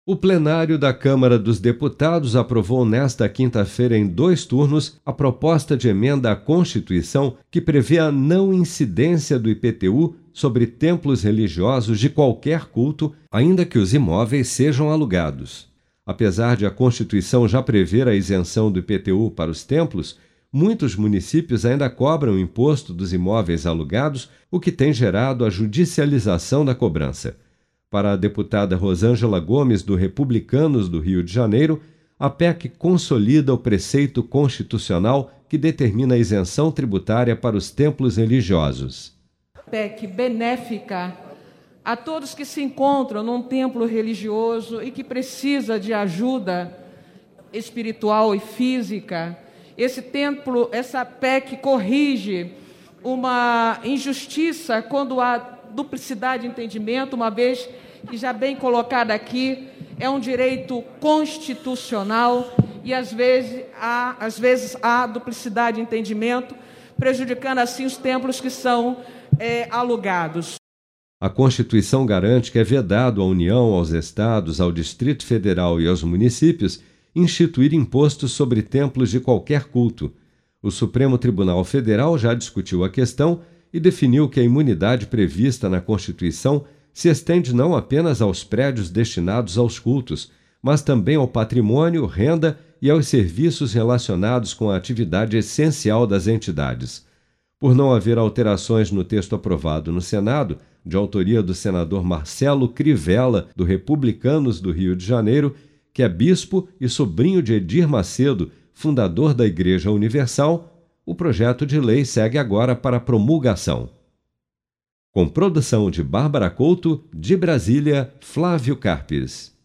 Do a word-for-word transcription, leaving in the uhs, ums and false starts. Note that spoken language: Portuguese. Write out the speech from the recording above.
O plenário da Câmara dos Deputados aprovou nesta quinta-feira, em dois turnos, a proposta de emenda à Constituição que prevê a não incidência do I P T U sobre templos religiosos de qualquer culto, ainda que os imóveis sejam alugados. Apesar de a Constituição já prever a isenção do I P T U para os templos, muitos municípios ainda cobram o imposto dos imóveis alugados, o que tem gerado a judicialização da cobrança. Para a deputada Rosângela Gomes, do Republicanos do Rio de Janeiro, a P E C consolida o preceito constitucional que determina a isenção tributária para os templos religiosos. P E C benéfica a todos que se encontram num templo religioso e que precisa de ajuda espiritual e física. Esse templo, essa P E C corrige uma injustiça quando há duplicidade de entendimento, uma vez que, já bem colocado aqui, é um direito constitucional e, às vezes, há, às vezes, há duplicidade de entendimento, prejudicando, assim, os templos que são é, alugados. A Constituição garante que é vedado à União, aos Estados, ao Distrito Federal e aos municípios instituir impostos sobre templos de qualquer culto. O Supremo Tribunal Federal já discutiu a questão e definiu que a imunidade prevista na Constituição se estende não apenas aos prédios destinados aos cultos, mas também ao patrimônio, renda e aos serviços relacionados com a atividade essencial das entidades. Por não haver alterações no texto aprovado no Senado, de autoria do senador Marcelo Crivella, do Republicanos do Rio de Janeiro, que é bispo e sobrinho de Edir Macedo, fundador da Igreja Universal, o projeto de lei segue agora para promulgação. Com produção de Bárbara Couto, de Brasília, Flávio Carpes.